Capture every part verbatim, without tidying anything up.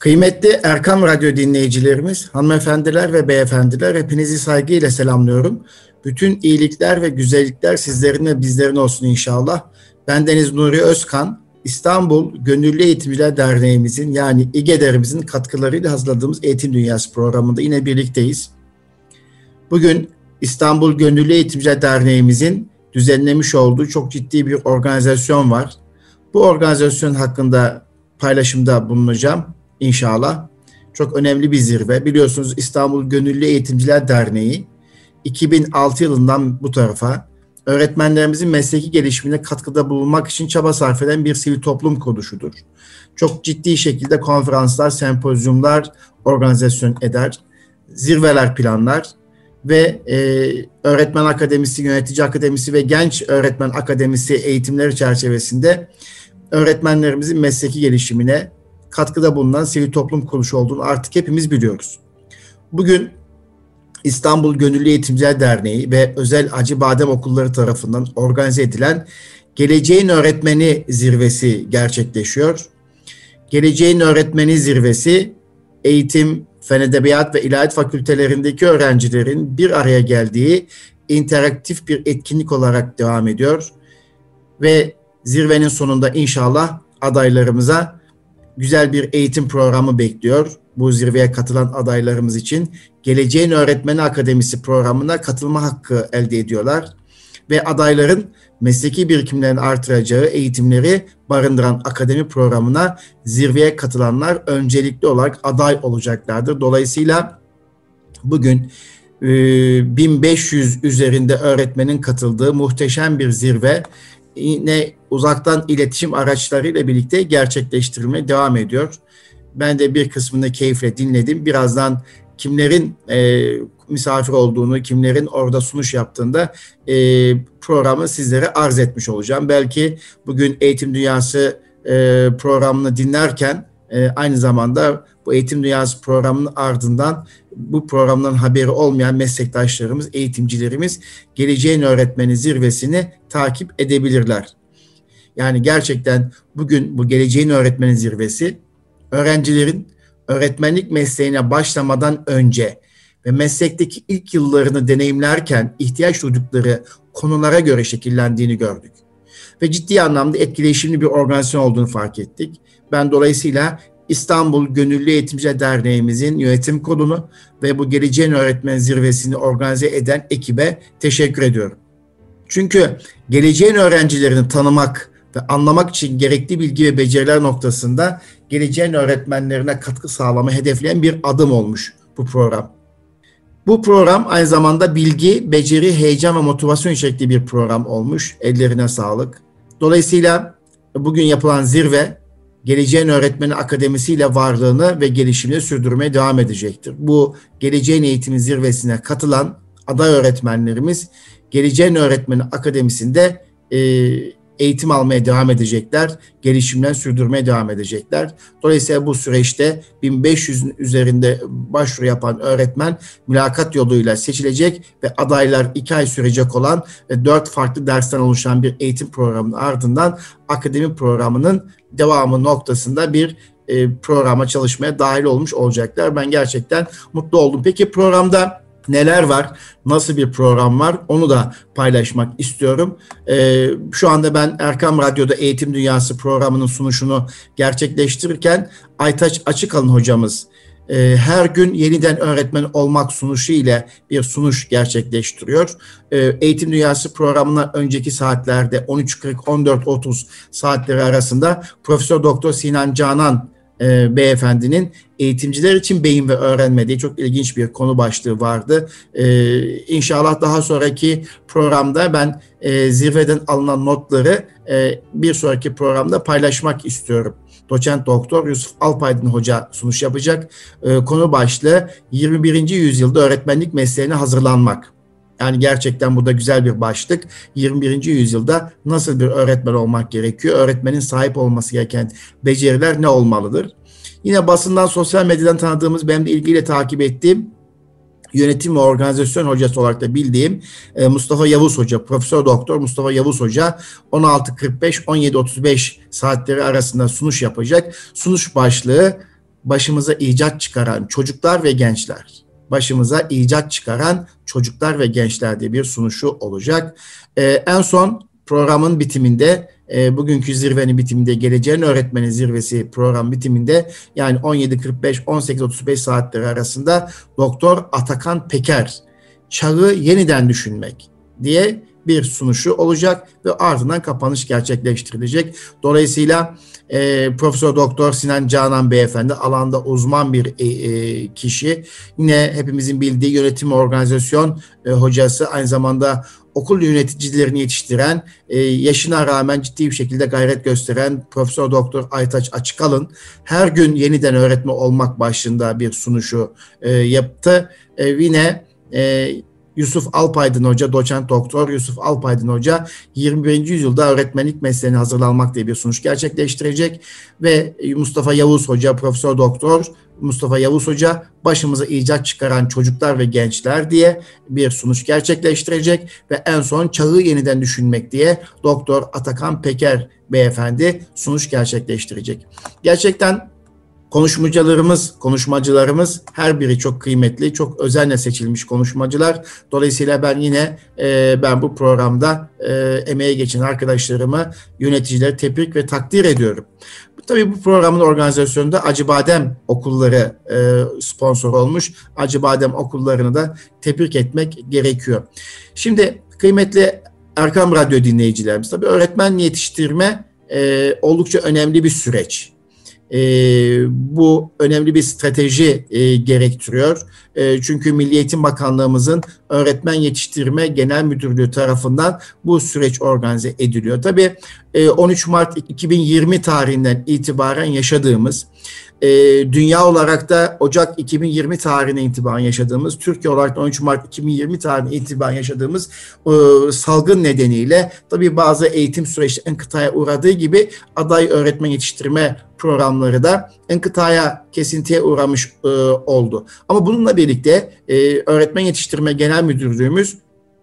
Kıymetli Erkam Radyo dinleyicilerimiz, hanımefendiler ve beyefendiler, hepinizi saygıyla selamlıyorum. Bütün iyilikler ve güzellikler sizlerin ve bizlerin olsun inşallah. Bendeniz Nuri Özkan, İstanbul Gönüllü Eğitimciler Derneğimizin yani İGEDER'imizin katkılarıyla hazırladığımız Eğitim Dünyası programında yine birlikteyiz. Bugün İstanbul Gönüllü Eğitimciler Derneğimizin düzenlemiş olduğu çok ciddi bir organizasyon var. Bu organizasyon hakkında paylaşımda bulunacağım inşallah. Çok önemli bir zirve. Biliyorsunuz İstanbul Gönüllü Eğitimciler Derneği iki bin altı yılından bu tarafa öğretmenlerimizin mesleki gelişimine katkıda bulunmak için çaba sarf eden bir sivil toplum kuruluşudur. Çok ciddi şekilde konferanslar, sempozyumlar organizasyon eder, zirveler planlar ve e, öğretmen akademisi, yönetici akademisi ve genç öğretmen akademisi eğitimleri çerçevesinde öğretmenlerimizin mesleki gelişimine katkıda bulunan sivil toplum kuruluşu olduğunu artık hepimiz biliyoruz. Bugün İstanbul Gönüllü Eğitimciler Derneği ve özel Acıbadem Okulları tarafından organize edilen Geleceğin Öğretmeni Zirvesi gerçekleşiyor. Geleceğin Öğretmeni Zirvesi, eğitim, fen edebiyat ve ilahiyat fakültelerindeki öğrencilerin bir araya geldiği interaktif bir etkinlik olarak devam ediyor. Ve zirvenin sonunda inşallah adaylarımıza güzel bir eğitim programı bekliyor. Bu zirveye katılan adaylarımız için Geleceğin Öğretmeni Akademisi programına katılma hakkı elde ediyorlar. Ve adayların mesleki birikimlerini artıracağı eğitimleri barındıran akademi programına zirveye katılanlar öncelikli olarak aday olacaklardır. Dolayısıyla bugün e, bin beş yüz üzerinde öğretmenin katıldığı muhteşem bir zirve yine uzaktan iletişim araçlarıyla birlikte gerçekleştirilmeye devam ediyor. Ben de bir kısmını keyifle dinledim. Birazdan kimlerin e, misafir olduğunu, kimlerin orada sunuş yaptığında e, programı sizlere arz etmiş olacağım. Belki bugün Eğitim Dünyası e, programını dinlerken e, aynı zamanda bu Eğitim Dünyası programının ardından bu programdan haberi olmayan meslektaşlarımız, eğitimcilerimiz Geleceğin Öğretmeni Zirvesi'ni takip edebilirler. Yani gerçekten bugün bu Geleceğin Öğretmeni Zirvesi öğrencilerin öğretmenlik mesleğine başlamadan önce ve meslekteki ilk yıllarını deneyimlerken ihtiyaç duydukları konulara göre şekillendiğini gördük. Ve ciddi anlamda etkileşimli bir organizasyon olduğunu fark ettik. Ben dolayısıyla İstanbul Gönüllü Eğitimciler Derneğimizin yönetim kurulunu ve bu Geleceğin Öğretmen Zirvesi'ni organize eden ekibe teşekkür ediyorum. Çünkü geleceğin öğrencilerini tanımak ve anlamak için gerekli bilgi ve beceriler noktasında geleceğin öğretmenlerine katkı sağlama hedefleyen bir adım olmuş bu program. Bu program aynı zamanda bilgi, beceri, heyecan ve motivasyon içerikli bir program olmuş. Ellerine sağlık. Dolayısıyla bugün yapılan zirve Geleceğin Öğretmeni Akademisi ile varlığını ve gelişimini sürdürmeye devam edecektir. Bu Geleceğin Eğitimi Zirvesi'ne katılan aday öğretmenlerimiz Geleceğin Öğretmeni Akademisi'nde e, eğitim almaya devam edecekler, gelişimlerini sürdürmeye devam edecekler. Dolayısıyla bu süreçte bin beş yüzün üzerinde başvuru yapan öğretmen mülakat yoluyla seçilecek ve adaylar iki ay sürecek olan ve dört farklı dersten oluşan bir eğitim programının ardından akademi programının devamı noktasında bir e, programa çalışmaya dahil olmuş olacaklar. Ben gerçekten mutlu oldum. Peki programda neler var? Nasıl bir program var? Onu da paylaşmak istiyorum. Ee, şu anda ben Erkam Radyo'da Eğitim Dünyası programının sunuşunu gerçekleştirirken Aytaç Açıkalın hocamız e, her gün yeniden öğretmen olmak sunuşu ile bir sunuş gerçekleştiriyor. E, Eğitim Dünyası programına önceki saatlerde on üç kırk on dört otuz saatleri arasında Profesör Doktor Sinan Canan E, beyefendinin eğitimciler için beyin ve öğrenme diye çok ilginç bir konu başlığı vardı. E, İnşallah daha sonraki programda ben e, zirveden alınan notları e, bir sonraki programda paylaşmak istiyorum. Doçent Doktor Yusuf Alpaydın Hoca sunuş yapacak. E, konu başlığı yirmi birinci yüzyılda öğretmenlik mesleğine hazırlanmak. Yani gerçekten bu da güzel bir başlık. yirmi birinci yüzyılda nasıl bir öğretmen olmak gerekiyor? Öğretmenin sahip olması gereken beceriler ne olmalıdır? Yine basından, sosyal medyadan tanıdığımız, benim de ilgiyle takip ettiğim, yönetim ve organizasyon hocası olarak da bildiğim Mustafa Yavuz Hoca, Profesör Doktor Mustafa Yavuz Hoca on altı kırk beş on yedi otuz beş saatleri arasında sunuş yapacak. Sunuş başlığı başımıza icat çıkaran çocuklar ve gençler. Başımıza icat çıkaran çocuklar ve gençler diye bir sunuşu olacak. Ee, en son programın bitiminde, e, bugünkü zirvenin bitiminde, Geleceğin Öğretmeni Zirvesi program bitiminde, yani on yedi kırk beş on sekiz otuz beş saatleri arasında Doktor Atakan Peker, Çağı Yeniden Düşünmek diye bir sunuşu olacak ve ardından kapanış gerçekleştirilecek. Dolayısıyla e, Profesör Doktor Sinan Canan Beyefendi alanda uzman bir e, e, kişi. Yine hepimizin bildiği yönetim organizasyon e, hocası, aynı zamanda okul yöneticilerini yetiştiren, e, yaşına rağmen ciddi bir şekilde gayret gösteren Profesör Doktor Aytaç Açıkalın her gün yeniden öğretmen olmak başlığında bir sunuşu e, yaptı. E, yine e, Yusuf Alpaydın Hoca, doçent doktor Yusuf Alpaydın Hoca yirmi birinci yüzyılda öğretmenlik mesleğine hazırlanmak diye bir sunuş gerçekleştirecek ve Mustafa Yavuz Hoca, Profesör Doktor Mustafa Yavuz Hoca, başımıza icat çıkaran çocuklar ve gençler diye bir sunuş gerçekleştirecek ve en son Çağı Yeniden Düşünmek diye Doktor Atakan Peker Beyefendi sunuş gerçekleştirecek. Gerçekten konuşmacılarımız, konuşmacılarımız her biri çok kıymetli, çok özenle seçilmiş konuşmacılar. Dolayısıyla ben yine e, ben bu programda e, emeğe geçen arkadaşlarımı, yöneticileri tebrik ve takdir ediyorum. Tabii bu programın organizasyonunda Acıbadem Okulları e, sponsor olmuş. Acıbadem Okullarını da tebrik etmek gerekiyor. Şimdi kıymetli Erkam Radyo dinleyicilerimiz, tabii öğretmen yetiştirme e, oldukça önemli bir süreç. E, bu önemli bir strateji e, gerektiriyor. E, çünkü Milli Eğitim Bakanlığımızın Öğretmen Yetiştirme Genel Müdürlüğü tarafından bu süreç organize ediliyor. Tabii e, on üç Mart iki bin yirmi tarihinden itibaren yaşadığımız, e, dünya olarak da Ocak iki bin yirmi tarihine itibaren yaşadığımız, Türkiye olarak da on üç Mart iki bin yirmi tarihine itibaren yaşadığımız e, salgın nedeniyle tabii bazı eğitim süreçleri enkıtaya uğradığı gibi aday öğretmen yetiştirme programları da enkıtaya, kesintiye uğramış e, oldu. Ama bununla birlikte e, Öğretmen Yetiştirme Genel Müdürlüğümüz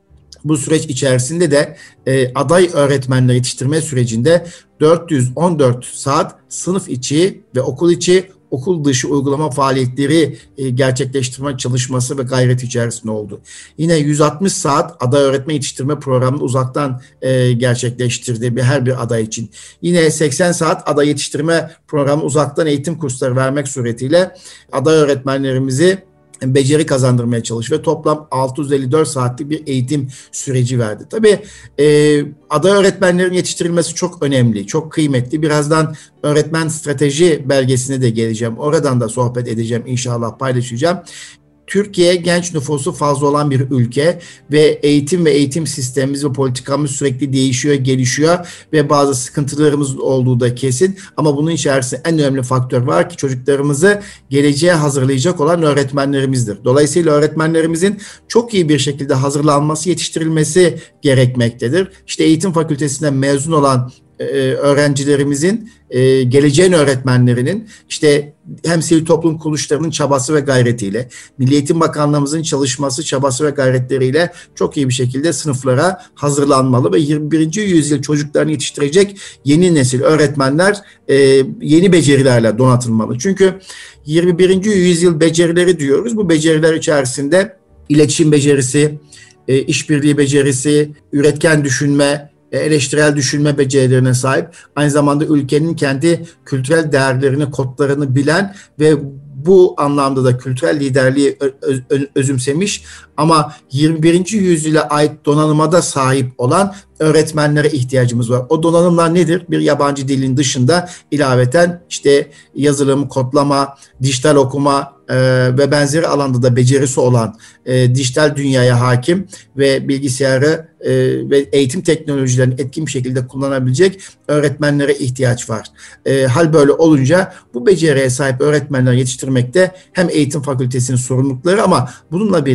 bu süreç içerisinde de e, aday öğretmenleri yetiştirme sürecinde dört yüz on dört saat sınıf içi ve okul içi, okul dışı uygulama faaliyetleri e, gerçekleştirme çalışması ve gayreti içerisinde oldu. Yine yüz altmış saat aday öğretmen yetiştirme programını uzaktan e, gerçekleştirdi bir, her bir aday için. Yine seksen saat aday yetiştirme programı uzaktan eğitim kursları vermek suretiyle aday öğretmenlerimizi beceri kazandırmaya çalıştı ve toplam altı yüz elli dört saatlik bir eğitim süreci verdi. Tabii e, aday öğretmenlerin yetiştirilmesi çok önemli, çok kıymetli. Birazdan öğretmen strateji belgesine de geleceğim. Oradan da sohbet edeceğim, inşallah paylaşacağım. Türkiye genç nüfusu fazla olan bir ülke ve eğitim ve eğitim sistemimiz ve politikamız sürekli değişiyor, gelişiyor ve bazı sıkıntılarımız olduğu da kesin. Ama bunun içerisinde en önemli faktör var ki çocuklarımızı geleceğe hazırlayacak olan öğretmenlerimizdir. Dolayısıyla öğretmenlerimizin çok iyi bir şekilde hazırlanması, yetiştirilmesi gerekmektedir. İşte eğitim fakültesinden mezun olan öğrencilerimizin, geleceğin öğretmenlerinin işte hem sivil toplum kuruluşlarının çabası ve gayretiyle, Milli Eğitim Bakanlığımızın çalışması, çabası ve gayretleriyle çok iyi bir şekilde sınıflara hazırlanmalı ve yirmi birinci yüzyıl çocuklarını yetiştirecek yeni nesil öğretmenler yeni becerilerle donatılmalı. Çünkü yirmi birinci yüzyıl becerileri diyoruz. Bu beceriler içerisinde iletişim becerisi, işbirliği becerisi, üretken düşünme, eleştirel düşünme becerilerine sahip, aynı zamanda ülkenin kendi kültürel değerlerini, kodlarını bilen ve bu anlamda da kültürel liderliği özümsemiş ama yirmi birinci yüzyıla ait donanıma da sahip olan öğretmenlere ihtiyacımız var. O donanımlar nedir? Bir yabancı dilin dışında ilaveten işte yazılım, kodlama, dijital okuma e, ve benzeri alanda da becerisi olan, e, dijital dünyaya hakim ve bilgisayarı e, ve eğitim teknolojilerini etkin bir şekilde kullanabilecek öğretmenlere ihtiyaç var. E, hal böyle olunca bu beceriye sahip öğretmenler yetiştirmekte hem eğitim fakültesinin sorumlulukları ama bununla birlikte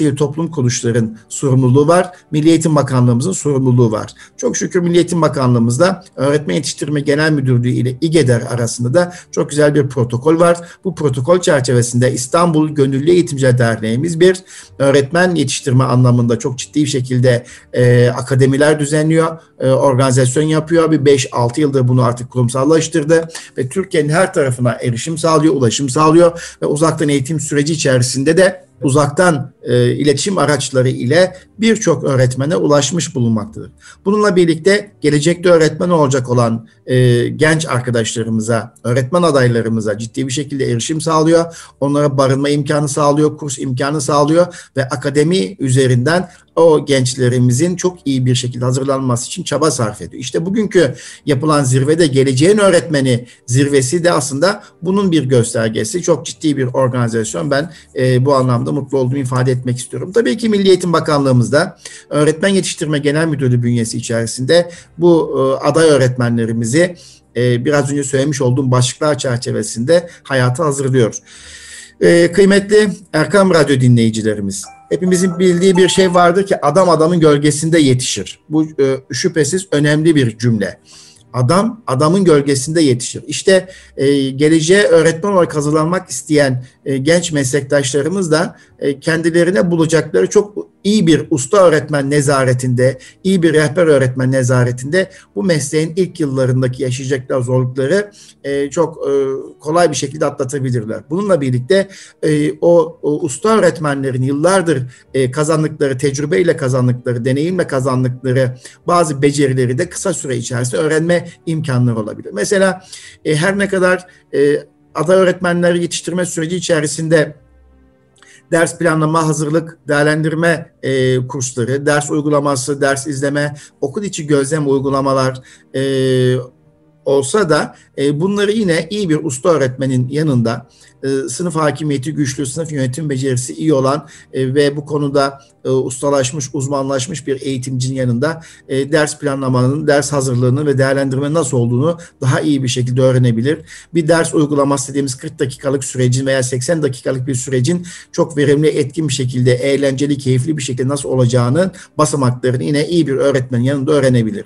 sivil toplum kuruluşların sorumluluğu var. Milli Eğitim Bakanlığımızın sorumluluğu var. Çok şükür Milli Eğitim Bakanlığımızda Öğretmen Yetiştirme Genel Müdürlüğü ile İGEDER arasında da çok güzel bir protokol var. Bu protokol çerçevesinde İstanbul Gönüllü Eğitimciler Derneğimiz bir öğretmen yetiştirme anlamında çok ciddi bir şekilde e, akademiler düzenliyor, e, organizasyon yapıyor. Bir beş altı yıldır bunu artık kurumsallaştırdı ve Türkiye'nin her tarafına erişim sağlıyor, ulaşım sağlıyor ve uzaktan eğitim süreci içerisinde de uzaktan e, iletişim araçları ile birçok öğretmene ulaşmış bulunmaktadır. Bununla birlikte gelecekte öğretmen olacak olan e, genç arkadaşlarımıza, öğretmen adaylarımıza ciddi bir şekilde erişim sağlıyor. Onlara barınma imkanı sağlıyor, kurs imkanı sağlıyor ve akademi üzerinden o gençlerimizin çok iyi bir şekilde hazırlanması için çaba sarf ediyor. İşte bugünkü yapılan zirvede geleceğin öğretmeni zirvesi de aslında bunun bir göstergesi. Çok ciddi bir organizasyon. Ben e, bu anlamda mutlu olduğumu ifade etmek istiyorum. Tabii ki Milli Eğitim Bakanlığımızda Öğretmen Yetiştirme Genel Müdürlüğü bünyesi içerisinde bu e, aday öğretmenlerimizi e, biraz önce söylemiş olduğum başlıklar çerçevesinde hayata hazırlıyoruz. E, kıymetli Erkam Radyo dinleyicilerimiz, hepimizin bildiği bir şey vardır ki adam adamın gölgesinde yetişir. Bu e, şüphesiz önemli bir cümle. Adam adamın gölgesinde yetişir. İşte e, geleceğe öğretmen olarak hazırlanmak isteyen e, genç meslektaşlarımız da e, kendilerine bulacakları çok iyi bir usta öğretmen nezaretinde, iyi bir rehber öğretmen nezaretinde bu mesleğin ilk yıllarındaki yaşayacakları zorlukları e, çok e, kolay bir şekilde atlatabilirler. Bununla birlikte e, o, o usta öğretmenlerin yıllardır e, kazandıkları, tecrübeyle kazandıkları, deneyimle kazandıkları bazı becerileri de kısa süre içerisinde öğrenme imkanları olabilir. Mesela e, her ne kadar e, aday öğretmenleri yetiştirme süreci içerisinde ders planlama, hazırlık, değerlendirme e, kursları, ders uygulaması, ders izleme, okul içi gözlem uygulamalar e, olsa da e, bunları yine iyi bir usta öğretmenin yanında e, sınıf hakimiyeti güçlü, sınıf yönetim becerisi iyi olan e, ve bu konuda e, ustalaşmış, uzmanlaşmış bir eğitimcinin yanında e, ders planlamanın, ders hazırlığının ve değerlendirmenin nasıl olduğunu daha iyi bir şekilde öğrenebilir. Bir ders uygulaması dediğimiz kırk dakikalık sürecin veya seksen dakikalık bir sürecin çok verimli, etkin bir şekilde, eğlenceli, keyifli bir şekilde nasıl olacağını basamaklarını yine iyi bir öğretmenin yanında öğrenebilir.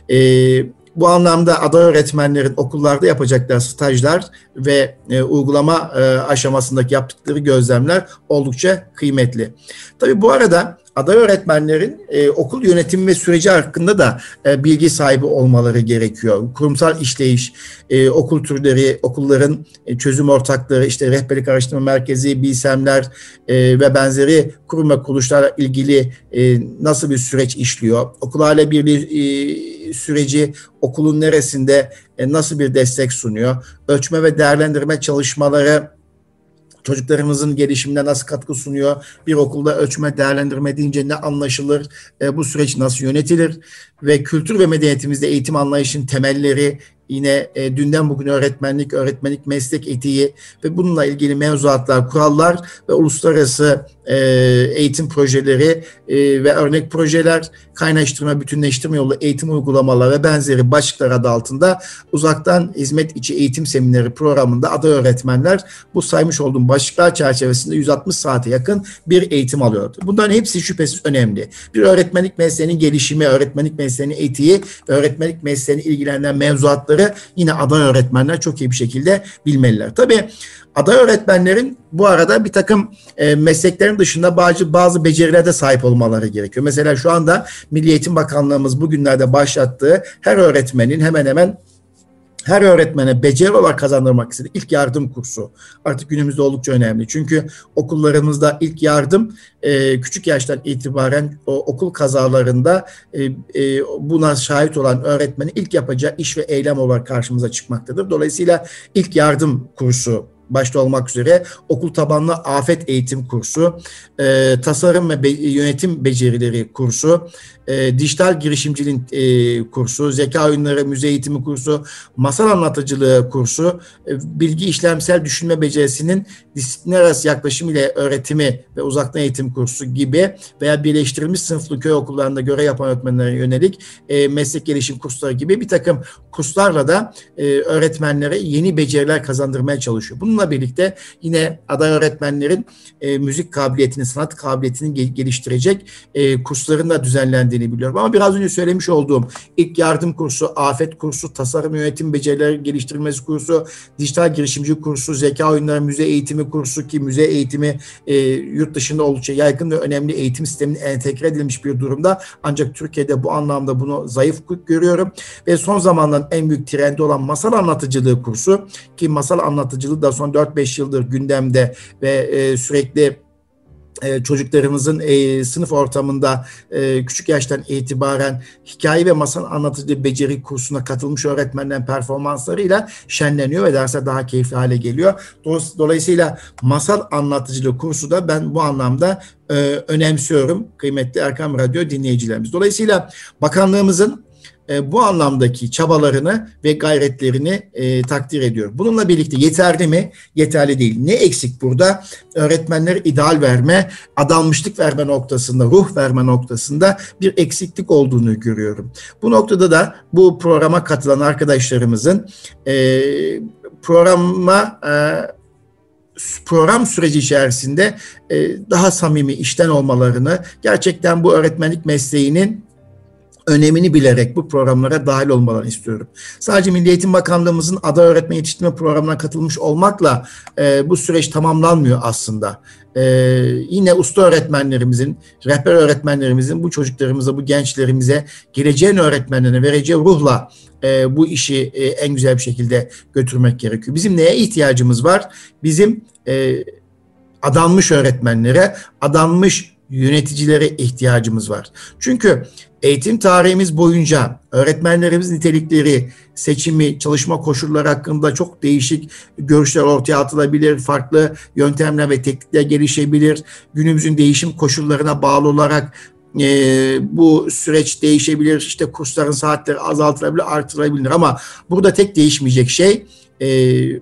E, Bu anlamda aday öğretmenlerin okullarda yapacakları stajlar ve e, uygulama e, aşamasındaki yaptıkları gözlemler oldukça kıymetli. Tabii bu arada aday öğretmenlerin e, okul yönetimi ve süreci hakkında da e, bilgi sahibi olmaları gerekiyor. Kurumsal işleyiş, e, okul türleri, okulların e, çözüm ortakları, işte rehberlik araştırma merkezi, BİSEM'ler e, ve benzeri kurum ve kuruluşlarla ilgili e, nasıl bir süreç işliyor? Okul aile birliği e, süreci okulun neresinde e, nasıl bir destek sunuyor? Ölçme ve değerlendirme çalışmaları çocuklarımızın gelişimine nasıl katkı sunuyor? Bir okulda ölçme, değerlendirme deyince ne anlaşılır? E, bu süreç nasıl yönetilir? Ve kültür ve medeniyetimizde eğitim anlayışının temelleri, yine e, dünden bugün öğretmenlik, öğretmenlik meslek etiği ve bununla ilgili mevzuatlar, kurallar ve uluslararası e, eğitim projeleri e, ve örnek projeler, kaynaştırma, bütünleştirme yolu eğitim uygulamaları ve benzeri başlıklar adı altında uzaktan hizmet içi eğitim semineri programında aday öğretmenler bu saymış olduğum başlıklar çerçevesinde yüz altmış saate yakın bir eğitim alıyordu. Bunların hepsi şüphesiz önemli. Bir öğretmenlik mesleğinin gelişimi, öğretmenlik mesleğinin etiği, öğretmenlik mesleğini ilgilenen mevzuatları yine aday öğretmenler çok iyi bir şekilde bilmeliler. Tabii aday öğretmenlerin bu arada bir takım e, mesleklerin dışında bazı, bazı becerilere de sahip olmaları gerekiyor. Mesela şu anda Milli Eğitim Bakanlığımız bugünlerde başlattığı her öğretmenin hemen hemen her öğretmene beceri olarak kazandırmak istediği ilk yardım kursu artık günümüzde oldukça önemli. Çünkü okullarımızda ilk yardım e, küçük yaştan itibaren o, okul kazalarında e, e, buna şahit olan öğretmenin ilk yapacağı iş ve eylem olarak karşımıza çıkmaktadır. Dolayısıyla ilk yardım kursu başta olmak üzere okul tabanlı afet eğitim kursu, e, tasarım ve be, yönetim becerileri kursu, e, dijital girişimciliğin e, kursu, zeka oyunları müze eğitimi kursu, masal anlatıcılığı kursu, e, bilgi işlemsel düşünme becerisinin disiplinler arası yaklaşım ile öğretimi ve uzaktan eğitim kursu gibi veya birleştirilmiş sınıflı köy okullarında görev yapan öğretmenlere yönelik e, meslek gelişim kursları gibi bir takım kurslarla da e, öğretmenlere yeni beceriler kazandırmaya çalışıyor. Bunun Bununla birlikte yine aday öğretmenlerin e, müzik kabiliyetini, sanat kabiliyetini gel- geliştirecek e, kursların da düzenlendiğini biliyorum. Ama biraz önce söylemiş olduğum ilk yardım kursu, afet kursu, tasarım yönetim becerileri geliştirilmesi kursu, dijital girişimci kursu, zeka oyunları müze eğitimi kursu ki müze eğitimi e, yurt dışında oldukça yaygın ve önemli eğitim sistemine entegre edilmiş bir durumda. Ancak Türkiye'de bu anlamda bunu zayıf görüyorum. Ve son zamanların en büyük trendi olan masal anlatıcılığı kursu ki masal anlatıcılığı da son dört beş yıldır gündemde ve e, sürekli Ee, çocuklarımızın e, sınıf ortamında e, küçük yaştan itibaren hikaye ve masal anlatıcı beceri kursuna katılmış öğretmenlerin performanslarıyla şenleniyor ve derse daha keyifli hale geliyor. Dolayısıyla masal anlatıcılığı kursu da ben bu anlamda e, önemsiyorum kıymetli Erkam Radyo dinleyicilerimiz. Dolayısıyla bakanlığımızın E, bu anlamdaki çabalarını ve gayretlerini e, takdir ediyorum. Bununla birlikte yeterli mi? Yeterli değil. Ne eksik burada? Öğretmenlere ideal verme, adanmışlık verme noktasında, ruh verme noktasında bir eksiklik olduğunu görüyorum. Bu noktada da bu programa katılan arkadaşlarımızın e, programa e, program süreci içerisinde e, daha samimi, içten olmalarını, gerçekten bu öğretmenlik mesleğinin önemini bilerek bu programlara dahil olmalarını istiyorum. Sadece Milli Eğitim Bakanlığımızın aday öğretmen yetiştirme programına katılmış olmakla e, bu süreç tamamlanmıyor aslında. E, yine usta öğretmenlerimizin, rehber öğretmenlerimizin bu çocuklarımıza, bu gençlerimize geleceğin öğretmenlerine vereceği ruhla e, bu işi e, en güzel bir şekilde götürmek gerekiyor. Bizim neye ihtiyacımız var? Bizim e, adanmış öğretmenlere, adanmış yöneticilere ihtiyacımız var. Çünkü eğitim tarihimiz boyunca öğretmenlerimizin nitelikleri, seçimi, çalışma koşulları hakkında çok değişik görüşler ortaya atılabilir, farklı yöntemler ve teknikler gelişebilir. Günümüzün değişim koşullarına bağlı olarak e, bu süreç değişebilir. İşte kursların saatleri azaltılabilir, artırılabilir ama burada tek değişmeyecek şey e,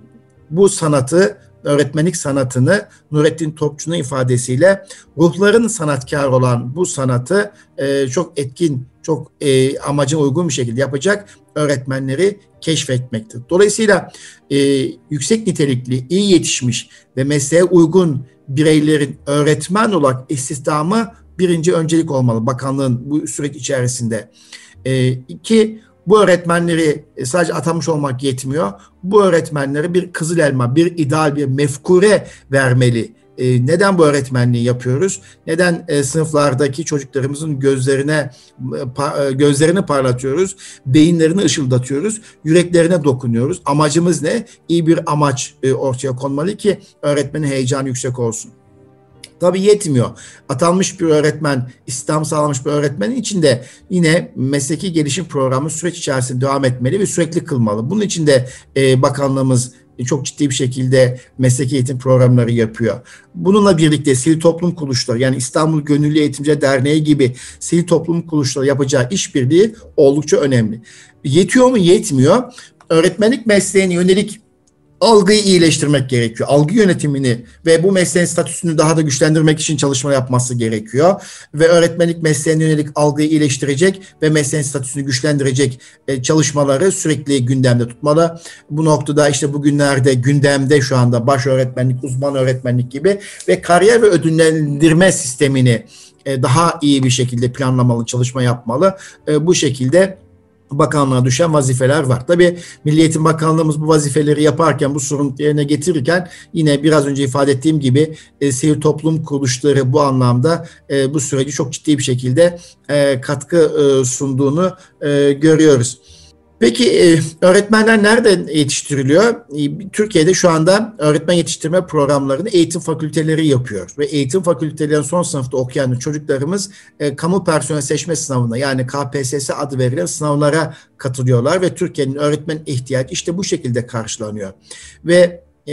bu sanatı, öğretmenlik sanatını Nurettin Topçu'nun ifadesiyle ruhların sanatkar olan bu sanatı e, çok etkin, çok e, amaca uygun bir şekilde yapacak öğretmenleri keşfetmektir. Dolayısıyla e, yüksek nitelikli, iyi yetişmiş ve mesleğe uygun bireylerin öğretmen olarak istihdamı birinci öncelik olmalı bakanlığın bu süreç içerisinde. E, iki, bu öğretmenleri sadece atanmış olmak yetmiyor. Bu öğretmenlere bir kızıl elma, bir ideal, bir mefkure vermeli. E, neden bu öğretmenliği yapıyoruz? Neden e, sınıflardaki çocuklarımızın gözlerine pa, gözlerini parlatıyoruz, beyinlerini ışıldatıyoruz, yüreklerine dokunuyoruz? Amacımız ne? İyi bir amaç e, ortaya konmalı ki öğretmenin heyecanı yüksek olsun. Tabii yetmiyor. Atanmış bir öğretmen, istihdam sağlamış bir öğretmenin içinde yine mesleki gelişim programı süreç içerisinde devam etmeli ve sürekli kılmalı. Bunun için de e, bakanlığımız çok ciddi bir şekilde mesleki eğitim programları yapıyor. Bununla birlikte sivil toplum kuruluşları, yani İstanbul Gönüllü Eğitimciler Derneği gibi sivil toplum kuruluşları yapacağı işbirliği oldukça önemli. Yetiyor mu? Yetmiyor. Öğretmenlik mesleğine yönelik algıyı iyileştirmek gerekiyor. Algı yönetimini ve bu mesleğin statüsünü daha da güçlendirmek için çalışma yapması gerekiyor. Ve öğretmenlik mesleğine yönelik algıyı iyileştirecek ve mesleğin statüsünü güçlendirecek çalışmaları sürekli gündemde tutmalı. Bu noktada işte bugünlerde gündemde şu anda baş öğretmenlik, uzman öğretmenlik gibi ve kariyer ve ödüllendirme sistemini daha iyi bir şekilde planlamalı, çalışma yapmalı. Bu şekilde bakanlığa düşen vazifeler var. Tabii Milli Eğitim Bakanlığımız bu vazifeleri yaparken, bu sorumluluk yerine getirirken yine biraz önce ifade ettiğim gibi e, sivil toplum kuruluşları bu anlamda e, bu süreci çok ciddi bir şekilde e, katkı e, sunduğunu e, görüyoruz. Peki e, öğretmenler nerede yetiştiriliyor? E, Türkiye'de şu anda öğretmen yetiştirme programlarını eğitim fakülteleri yapıyor. Ve eğitim fakültelerinin son sınıfta okuyan çocuklarımız e, kamu personel seçme sınavına, yani K P S S adı verilen sınavlara katılıyorlar. Ve Türkiye'nin öğretmen ihtiyacı işte bu şekilde karşılanıyor. Ve e,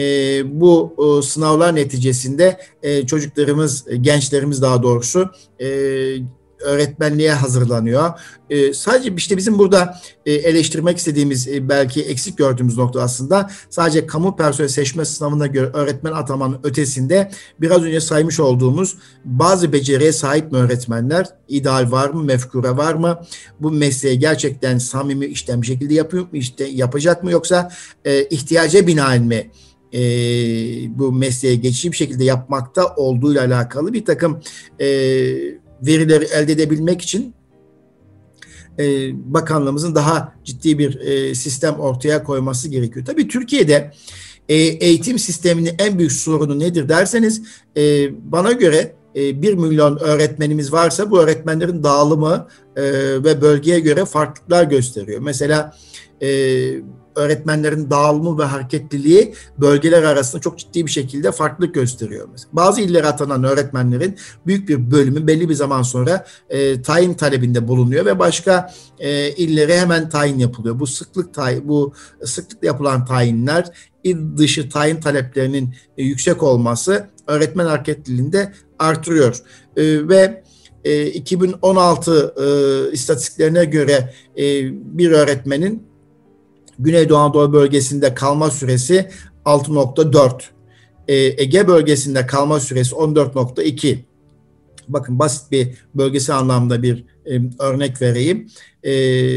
bu e, sınavlar neticesinde e, çocuklarımız, gençlerimiz daha doğrusu e, öğretmenliğe hazırlanıyor. Ee, sadece işte bizim burada e, eleştirmek istediğimiz e, belki eksik gördüğümüz nokta aslında sadece kamu personel seçme sınavına göre öğretmen atamanın ötesinde biraz önce saymış olduğumuz bazı beceriye sahip mi öğretmenler? İdeal var mı? Mefkure var mı? Bu mesleği gerçekten samimi işten bir şekilde yapıyor mu? İşte yapacak mı, yoksa e, ihtiyaca binaen mi e, bu mesleğe geçici bir şekilde yapmakta olduğuyla alakalı bir takım e, verileri elde edebilmek için e, bakanlığımızın daha ciddi bir e, sistem ortaya koyması gerekiyor. Tabii Türkiye'de e, eğitim sisteminin en büyük sorunu nedir derseniz e, bana göre e, bir milyon öğretmenimiz varsa bu öğretmenlerin dağılımı e, ve bölgeye göre farklılıklar gösteriyor. Mesela e, öğretmenlerin dağılımı ve hareketliliği bölgeler arasında çok ciddi bir şekilde farklılık gösteriyor. Mesela bazı illere atanan öğretmenlerin büyük bir bölümü belli bir zaman sonra e, tayin talebinde bulunuyor ve başka e, illere hemen tayin yapılıyor. Bu sıklık tay bu sıklıkla yapılan tayinler, il dışı tayin taleplerinin e, yüksek olması öğretmen hareketliliğinde artırıyor. E, ve e, iki bin on altı e, istatistiklerine göre e, bir öğretmenin Güneydoğu Anadolu bölgesinde kalma süresi altı nokta dört. Ee, Ege bölgesinde kalma süresi on dört nokta iki. Bakın basit bir bölgesel anlamda bir e, örnek vereyim. E,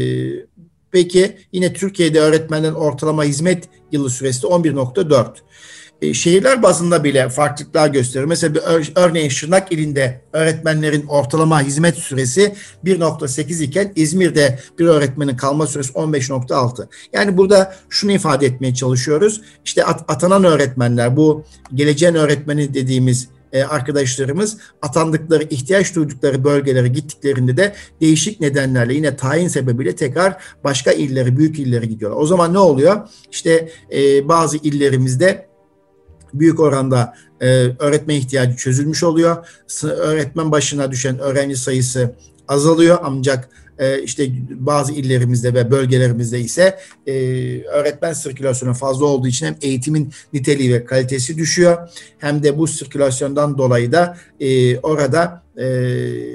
peki yine Türkiye'de öğretmenlerin ortalama hizmet yılı süresi on bir nokta dört. E, şehirler bazında bile farklılıklar gösteriyor. Mesela bir ör, örneğin Şırnak ilinde öğretmenlerin ortalama hizmet süresi bir nokta sekiz iken İzmir'de bir öğretmenin kalma süresi on beş nokta altı. Yani burada şunu ifade etmeye çalışıyoruz. İşte at, atanan öğretmenler, bu geleceğin öğretmeni dediğimiz e, arkadaşlarımız atandıkları, ihtiyaç duydukları bölgelere gittiklerinde de değişik nedenlerle yine tayin sebebiyle tekrar başka illere, büyük illere gidiyorlar. O zaman ne oluyor? İşte e, bazı illerimizde büyük oranda e, öğretmen ihtiyacı çözülmüş oluyor. Öğretmen başına düşen öğrenci sayısı azalıyor ancak e, işte bazı illerimizde ve bölgelerimizde ise e, öğretmen sirkülasyonu fazla olduğu için hem eğitimin niteliği ve kalitesi düşüyor hem de bu sirkülasyondan dolayı da e, orada e,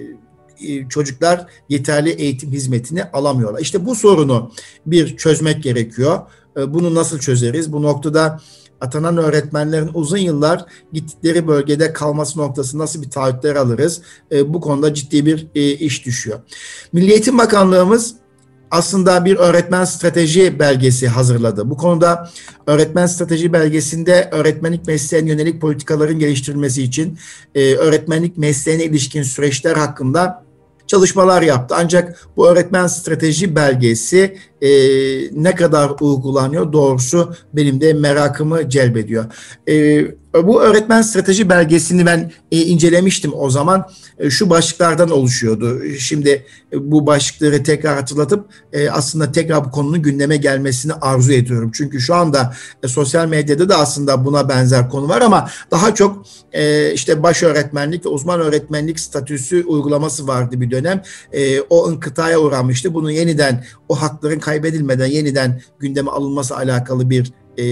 çocuklar yeterli eğitim hizmetini alamıyorlar. İşte bu sorunu bir çözmek gerekiyor. E, bunu nasıl çözeriz? Bu noktada atanan öğretmenlerin uzun yıllar gittikleri bölgede kalması noktasında nasıl bir taahhütler alırız? E, bu konuda ciddi bir e, iş düşüyor. Milli Eğitim Bakanlığımız aslında bir öğretmen strateji belgesi hazırladı. Bu konuda öğretmen strateji belgesinde öğretmenlik mesleğine yönelik politikaların geliştirilmesi için e, öğretmenlik mesleğine ilişkin süreçler hakkında çalışmalar yaptı. Ancak bu öğretmen strateji belgesi e, ne kadar uygulanıyor doğrusu benim de merakımı celbediyor. E, bu öğretmen strateji belgesini ben e, incelemiştim o zaman. E, şu başlıklardan oluşuyordu. Şimdi e, bu başlıkları tekrar hatırlatıp e, aslında tekrar bu konunun gündeme gelmesini arzu ediyorum. Çünkü şu anda e, sosyal medyada da aslında buna benzer konu var ama daha çok e, işte baş öğretmenlik ve uzman öğretmenlik statüsü uygulaması vardı bir dönem. E, o inkıtaya uğramıştı. Bunu yeniden o hakların kaybedilmeden yeniden gündeme alınması alakalı bir e,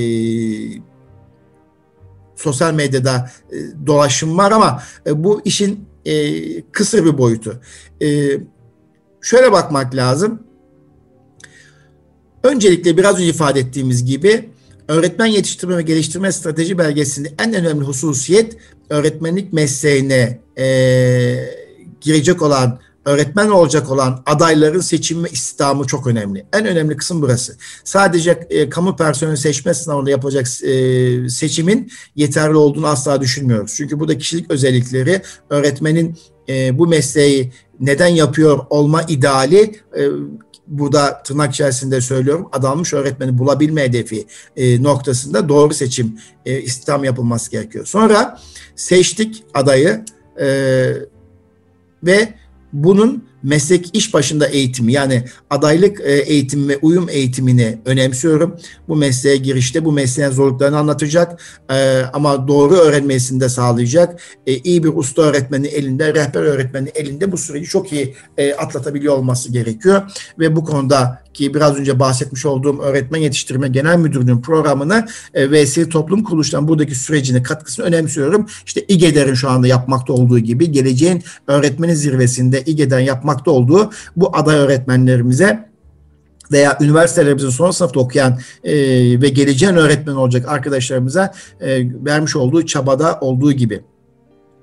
sosyal medyada e, dolaşım var ama e, bu işin e, kısır bir boyutu. E, şöyle bakmak lazım. Öncelikle biraz önce ifade ettiğimiz gibi öğretmen yetiştirme ve geliştirme strateji belgesinde en önemli hususiyet öğretmenlik mesleğine e, girecek olan, öğretmen olacak olan adayların seçimi ve istihdamı çok önemli. En önemli kısım burası. Sadece e, kamu personeli seçme sınavında yapılacak e, seçimin yeterli olduğunu asla düşünmüyoruz. Çünkü burada kişilik özellikleri, öğretmenin e, bu mesleği neden yapıyor olma ideali, e, burada tırnak içerisinde söylüyorum, adanmış öğretmeni bulabilme hedefi e, noktasında doğru seçim, e, istihdam yapılması gerekiyor. Sonra seçtik adayı e, ve bunun meslek iş başında eğitimi, yani adaylık eğitimi ve uyum eğitimini önemsiyorum. Bu mesleğe girişte bu mesleğin zorluklarını anlatacak ama doğru öğrenmesini de sağlayacak. İyi bir usta öğretmeni elinde, rehber öğretmeni elinde bu süreci çok iyi atlatabiliyor olması gerekiyor. Ve bu konuda ki biraz önce bahsetmiş olduğum Öğretmen Yetiştirme Genel Müdürlüğü'nün programını ve sivil toplum kuruluşlarının buradaki sürecini, katkısını önemsiyorum. İşte İGEDER'in şu anda yapmakta olduğu gibi geleceğin öğretmeni zirvesinde İGEDER'in yapmakta olduğu bu aday öğretmenlerimize veya üniversitelerimizin son sınıfta okuyan e, ve geleceğin öğretmen olacak arkadaşlarımıza e, vermiş olduğu çabada olduğu gibi.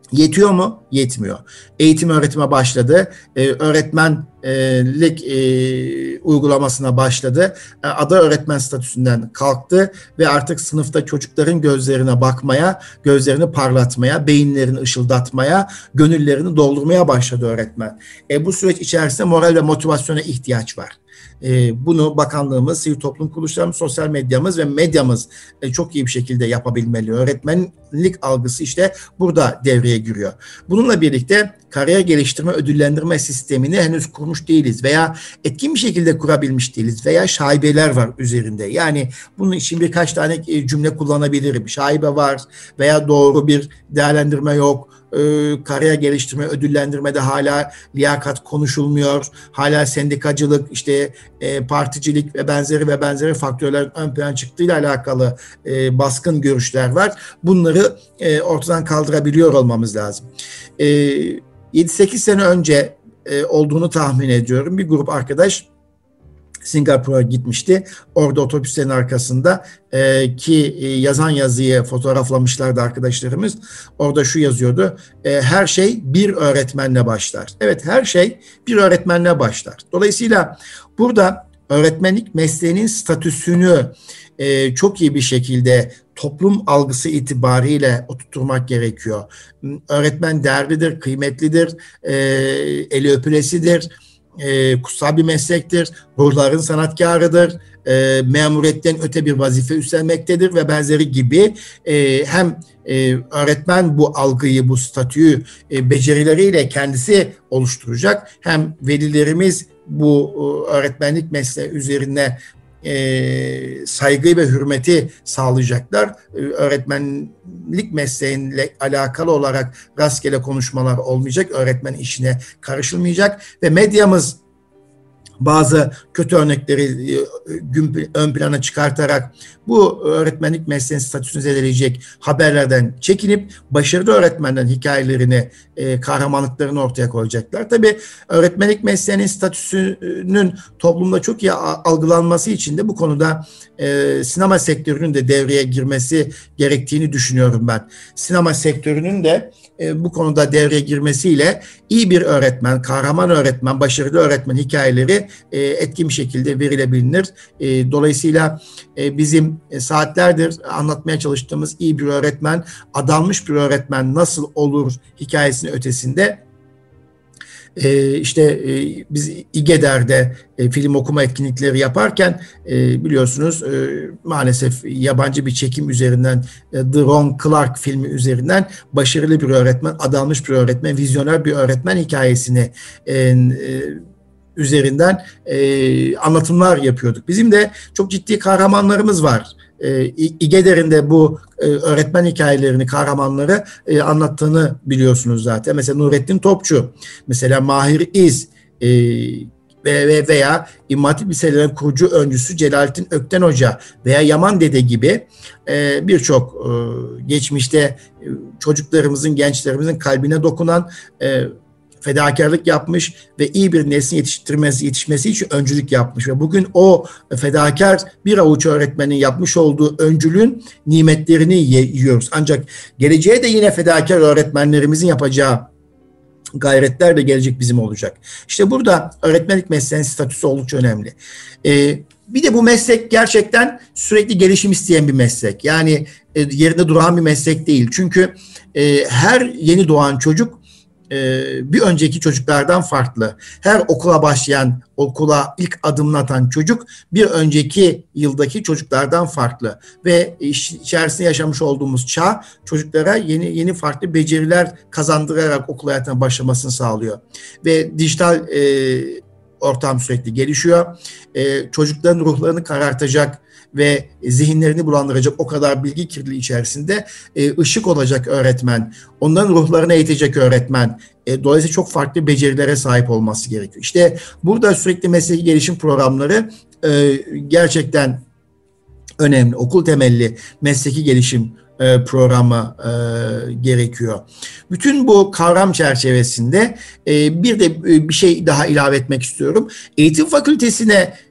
Yetiyor mu? Yetmiyor. Eğitim öğretime başladı. Ee, öğretmenlik e, uygulamasına başladı. E, ada öğretmen statüsünden kalktı ve artık sınıfta çocukların gözlerine bakmaya, gözlerini parlatmaya, beyinlerini ışıldatmaya, gönüllerini doldurmaya başladı öğretmen. E, bu süreç içerisinde moral ve motivasyona ihtiyaç var. E, bunu bakanlığımız, sivil toplum kuruluşlarımız, sosyal medyamız ve medyamız e, çok iyi bir şekilde yapabilmeli. Öğretmenlik algısı işte burada devreye giriyor. Bununla birlikte kariyer geliştirme ödüllendirme sistemini henüz kurmuş değiliz veya etkin bir şekilde kurabilmiş değiliz veya şaibeler var üzerinde. Yani bunun için birkaç tane cümle kullanabilirim. Şaibe var veya doğru bir değerlendirme yok. E, kariyer geliştirme ödüllendirmede hala liyakat konuşulmuyor. Hala sendikacılık, işte e, particilik ve benzeri ve benzeri faktörlerin ön plana çıktığıyla alakalı e, baskın görüşler var. Bunları e, ortadan kaldırabiliyor olmamız lazım. E, yedi sekiz sene önce e, olduğunu tahmin ediyorum. Bir grup arkadaş Singapur'a gitmişti. Orada otobüslerin arkasında e, ki e, yazan yazıyı fotoğraflamışlardı arkadaşlarımız. Orada şu yazıyordu. E, her şey bir öğretmenle başlar. Evet, her şey bir öğretmenle başlar. Dolayısıyla burada öğretmenlik mesleğinin statüsünü e, çok iyi bir şekilde toplum algısı itibariyle oturtmak gerekiyor. Öğretmen değerlidir, kıymetlidir, e, eli öpülesidir. E, kutsal bir meslektir, ruhların sanatkarıdır, e, memuriyetten öte bir vazife üstlenmektedir ve benzeri gibi e, hem e, öğretmen bu algıyı, bu statüyü e, becerileriyle kendisi oluşturacak, hem velilerimiz bu e, öğretmenlik mesleği üzerine e, saygı ve hürmeti sağlayacaklar. E, öğretmenlik mesleğiyle alakalı olarak rastgele konuşmalar olmayacak. Öğretmen işine karışılmayacak ve medyamız bazı kötü örnekleri ön plana çıkartarak bu öğretmenlik mesleğinin statüsünü zedeleyecek haberlerden çekinip başarılı öğretmenlerin hikayelerini, kahramanlıklarını ortaya koyacaklar. Tabii öğretmenlik mesleğinin statüsünün toplumda çok iyi algılanması için de bu konuda sinema sektörünün de devreye girmesi gerektiğini düşünüyorum ben. Sinema sektörünün de bu konuda devreye girmesiyle iyi bir öğretmen, kahraman öğretmen, başarılı öğretmen hikayeleri etkin bir şekilde verilebilir. Dolayısıyla bizim saatlerdir anlatmaya çalıştığımız iyi bir öğretmen, adanmış bir öğretmen nasıl olur hikayesinin ötesinde Ee, işte e, biz İGEDER'de e, film okuma etkinlikleri yaparken e, biliyorsunuz e, maalesef yabancı bir çekim üzerinden e, The Ron Clark filmi üzerinden başarılı bir öğretmen, adanmış bir öğretmen, vizyoner bir öğretmen hikayesini e, e, üzerinden e, anlatımlar yapıyorduk. Bizim de çok ciddi kahramanlarımız var. E, İGEDER'in de bu e, öğretmen hikayelerini, kahramanları e, anlattığını biliyorsunuz zaten. Mesela Nurettin Topçu, mesela Mahir İz e, ve veya İmam Hatip Liselerin kurucu öncüsü Celalettin Ökten Hoca veya Yaman Dede gibi e, birçok e, geçmişte e, çocuklarımızın, gençlerimizin kalbine dokunan e, fedakarlık yapmış ve iyi bir neslin yetiştirmesi, yetişmesi için öncülük yapmış ve bugün o fedakar bir avuç öğretmenin yapmış olduğu öncülüğün nimetlerini yiyoruz. Ancak geleceğe de yine fedakar öğretmenlerimizin yapacağı gayretler de gelecek bizim olacak. İşte burada öğretmenlik mesleğinin statüsü oldukça önemli. Ee, bir de bu meslek gerçekten sürekli gelişim isteyen bir meslek. Yani e, yerinde duran bir meslek değil. Çünkü e, her yeni doğan çocuk bir önceki çocuklardan farklı. Her okula başlayan, okula ilk adımını atan çocuk bir önceki yıldaki çocuklardan farklı ve içerisinde yaşamış olduğumuz çağ çocuklara yeni yeni farklı beceriler kazandırarak okul hayatına başlamasını sağlıyor. Ve dijital e, ortam sürekli gelişiyor. E, çocukların ruhlarını karartacak ve zihinlerini bulandıracak o kadar bilgi kirliliği içerisinde e, ışık olacak öğretmen, onların ruhlarını eğitecek öğretmen, e, dolayısıyla çok farklı becerilere sahip olması gerekiyor. İşte burada sürekli mesleki gelişim programları e, gerçekten önemli. Okul temelli mesleki gelişim e, programı e, gerekiyor. Bütün bu kavram çerçevesinde e, bir de bir şey daha ilave etmek istiyorum. Eğitim fakültesine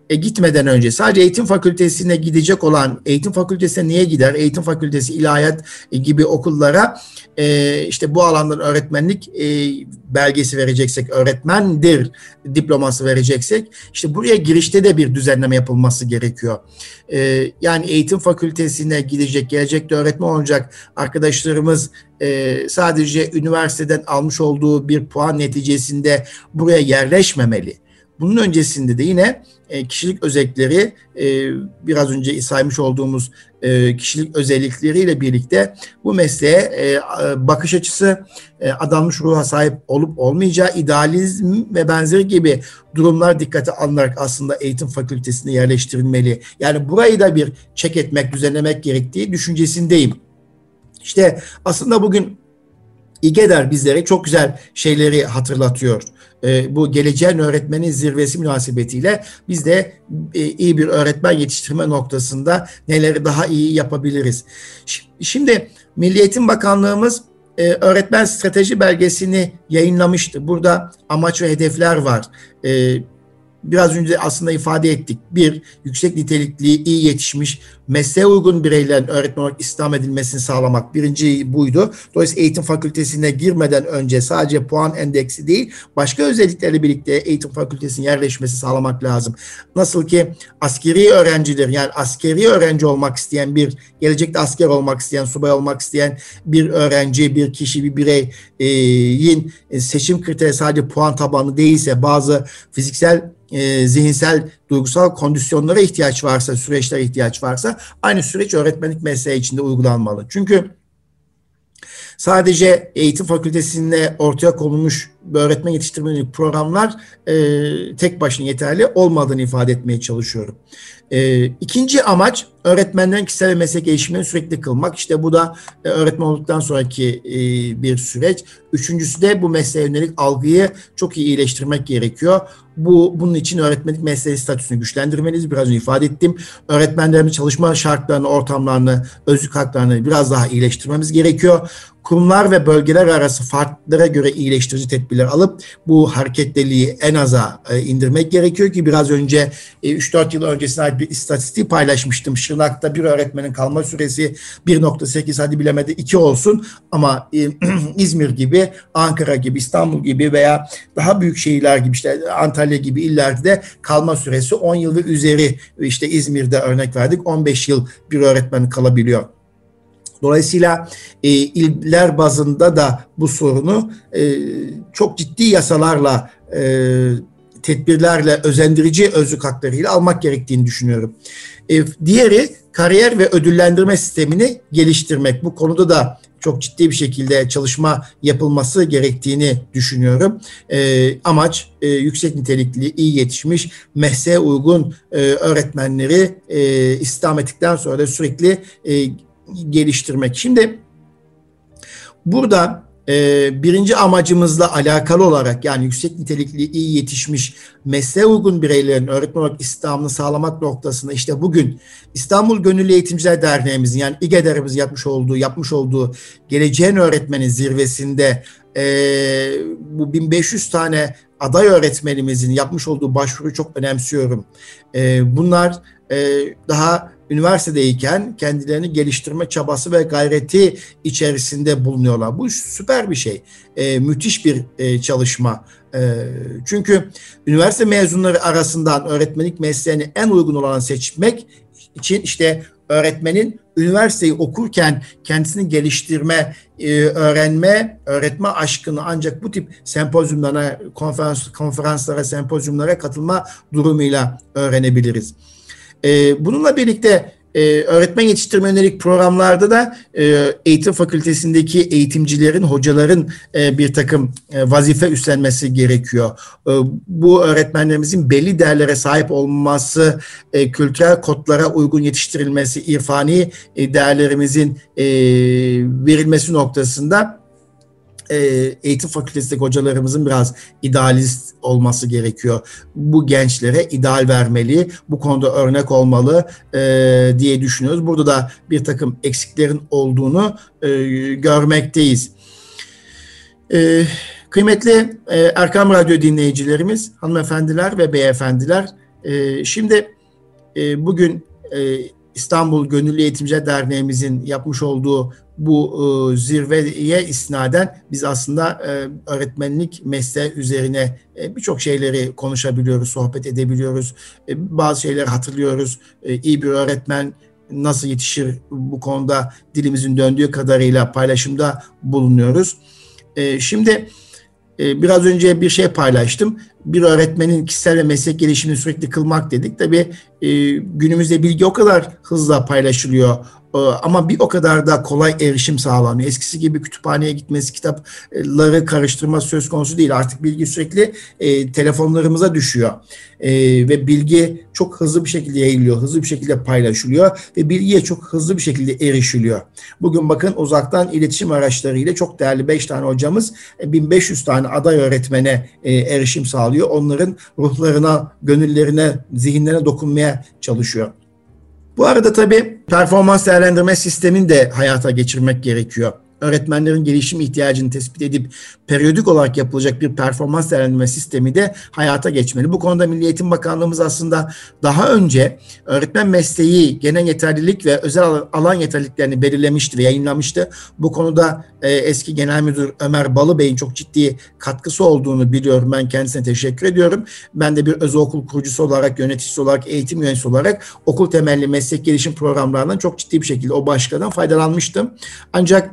e, gitmeden önce sadece eğitim fakültesine gidecek olan, eğitim fakültesine niye gider? Eğitim fakültesi, ilahiyat e, gibi okullara e, işte bu alandan öğretmenlik e, belgesi vereceksek, öğretmendir diploması vereceksek, işte buraya girişte de bir düzenleme yapılması gerekiyor. E, yani eğitim fakültesine gidecek, gelecekte öğretmen olacak arkadaşlarımız e, sadece üniversiteden almış olduğu bir puan neticesinde buraya yerleşmemeli. Bunun öncesinde de yine e, kişilik özellikleri, e, biraz önce saymış olduğumuz e, kişilik özellikleriyle birlikte bu mesleğe e, bakış açısı, e, adanmış ruha sahip olup olmayacağı, idealizm ve benzeri gibi durumlar dikkate alınarak aslında eğitim fakültesine yerleştirilmeli. Yani burayı da bir çek etmek, düzenlemek gerektiği düşüncesindeyim. İşte aslında bugün İGEDER bizlere çok güzel şeyleri hatırlatıyor. E, bu geleceğin öğretmenin zirvesi münasebetiyle biz de e, iyi bir öğretmen yetiştirme noktasında neleri daha iyi yapabiliriz. Şimdi Milli Eğitim Bakanlığımız e, öğretmen strateji belgesini yayınlamıştı. Burada amaç ve hedefler var. E, Biraz önce aslında ifade ettik. Bir, yüksek nitelikli, iyi yetişmiş, mesleğe uygun bireylerin öğretmen olarak istihdam edilmesini sağlamak. Birinci buydu. Dolayısıyla eğitim fakültesine girmeden önce sadece puan endeksi değil, başka özelliklerle birlikte eğitim fakültesine yerleşmesi sağlamak lazım. Nasıl ki askeri öğrenciler, yani askeri öğrenci olmak isteyen bir, gelecekte asker olmak isteyen, subay olmak isteyen bir öğrenci, bir kişi, bir bireyin seçim kriteri sadece puan tabanlı değilse, bazı fiziksel, E, zihinsel, duygusal kondisyonlara ihtiyaç varsa, süreçlere ihtiyaç varsa aynı süreç öğretmenlik mesleği içinde uygulanmalı. Çünkü sadece eğitim fakültesinde ortaya konulmuş öğretmen yetiştirme programlar e, tek başına yeterli olmadığını ifade etmeye çalışıyorum. E, ikinci amaç öğretmenlerin kişisel ve meslek gelişimini sürekli kılmak. İşte bu da e, öğretmen olduktan sonraki e, bir süreç. Üçüncüsü de bu mesleğe yönelik algıyı çok iyi iyileştirmek gerekiyor. Bu bunun için öğretmenlik mesleği statüsünü güçlendirmeliyiz. Biraz önce ifade ettim. Öğretmenlerin çalışma şartlarını, ortamlarını, özlük haklarını biraz daha iyileştirmemiz gerekiyor. Kurumlar ve bölgeler arası farklılıklara göre iyileştirici tedbirler alıp bu hareketliliği en aza e, indirmek gerekiyor ki biraz önce e, üç dört yıl öncesine ait bir istatistiği paylaşmıştım. Şırnak'ta bir öğretmenin kalma süresi bir nokta sekiz, hadi bilemedi iki olsun, ama e, İzmir gibi, Ankara gibi, İstanbul gibi veya daha büyük şehirler gibi, işte Antalya gibi illerde de kalma süresi on yıl ve üzeri. İşte İzmir'de örnek verdik, on beş yıl bir öğretmen kalabiliyor. Dolayısıyla e, iller bazında da bu sorunu e, çok ciddi yasalarla, e, tedbirlerle, özendirici özlük haklarıyla almak gerektiğini düşünüyorum. E, diğeri kariyer ve ödüllendirme sistemini geliştirmek. Bu konuda da çok ciddi bir şekilde çalışma yapılması gerektiğini düşünüyorum. E, amaç e, yüksek nitelikli, iyi yetişmiş, mesleğe uygun e, öğretmenleri e, istihdam ettikten sonra da sürekli e, geliştirmek. Şimdi burada e, birinci amacımızla alakalı olarak, yani yüksek nitelikli, iyi yetişmiş, mesleğe uygun bireylerin öğretmen olarak istihdamını sağlamak noktasında işte bugün İstanbul Gönüllü Eğitimciler Derneğimizin, yani İGEDER'imiz yapmış olduğu, yapmış olduğu Geleceğin Öğretmeni zirvesinde e, bu bin beş yüz tane aday öğretmenimizin yapmış olduğu başvuruyu çok önemsiyorum. E, bunlar e, daha üniversitedeyken kendilerini geliştirme çabası ve gayreti içerisinde bulunuyorlar. Bu süper bir şey. E, müthiş bir e, çalışma. E, çünkü üniversite mezunları arasından öğretmenlik mesleğini en uygun olanı seçmek için işte öğretmenin üniversiteyi okurken kendisini geliştirme, e, öğrenme, öğretme aşkını ancak bu tip sempozyumlara, konferans, konferanslara, sempozyumlara katılma durumuyla öğrenebiliriz. Ee, bununla birlikte e, öğretmen yetiştirme yönelik programlarda da e, eğitim fakültesindeki eğitimcilerin, hocaların e, bir takım e, vazife üstlenmesi gerekiyor. E, bu öğretmenlerimizin belli değerlere sahip olması, e, kültürel kodlara uygun yetiştirilmesi, irfani e, değerlerimizin e, verilmesi noktasında eğitim fakültesindeki hocalarımızın biraz idealist olması gerekiyor. Bu gençlere ideal vermeli, bu konuda örnek olmalı e, diye düşünüyoruz. Burada da bir takım eksiklerin olduğunu e, görmekteyiz. E, kıymetli e, Erkam Radyo dinleyicilerimiz, hanımefendiler ve beyefendiler, E, şimdi e, bugün e, İstanbul Gönüllü Eğitimciler Derneğimizin yapmış olduğu bu e, zirveye isnaden biz aslında e, öğretmenlik mesleği üzerine e, birçok şeyleri konuşabiliyoruz, sohbet edebiliyoruz. E, bazı şeyleri hatırlıyoruz. E, iyi bir öğretmen nasıl yetişir, bu konuda dilimizin döndüğü kadarıyla paylaşımda bulunuyoruz. E, şimdi e, biraz önce bir şey paylaştım. Bir öğretmenin kişisel ve meslek gelişimini sürekli kılmak dedik. Tabii e, günümüzde bilgi o kadar hızla paylaşılıyor. E, ama bir o kadar da kolay erişim sağlanıyor. Eskisi gibi kütüphaneye gitmesi, kitapları karıştırma söz konusu değil. Artık bilgi sürekli e, telefonlarımıza düşüyor. E, ve bilgi çok hızlı bir şekilde yayılıyor, hızlı bir şekilde paylaşılıyor ve bilgiye çok hızlı bir şekilde erişiliyor. Bugün bakın uzaktan iletişim araçlarıyla çok değerli beş tane hocamız bin beş yüz tane aday öğretmene e, erişim sağlıyor. Onların ruhlarına, gönüllerine, zihinlerine dokunmaya çalışıyor. Bu arada tabii performans değerlendirme sistemini de hayata geçirmek gerekiyor. Öğretmenlerin gelişim ihtiyacını tespit edip periyodik olarak yapılacak bir performans değerlendirme sistemi de hayata geçmeli. Bu konuda Milli Eğitim Bakanlığımız aslında daha önce öğretmen mesleği, genel yeterlilik ve özel alan yeterliliklerini belirlemişti ve yayınlamıştı. Bu konuda e, eski Genel Müdür Ömer Balıbey'in çok ciddi katkısı olduğunu biliyorum. Ben kendisine teşekkür ediyorum. Ben de bir özel okul kurucusu olarak, yöneticisi olarak, eğitim yöneticisi olarak okul temelli meslek gelişim programlarından çok ciddi bir şekilde o başlıklardan faydalanmıştım. Ancak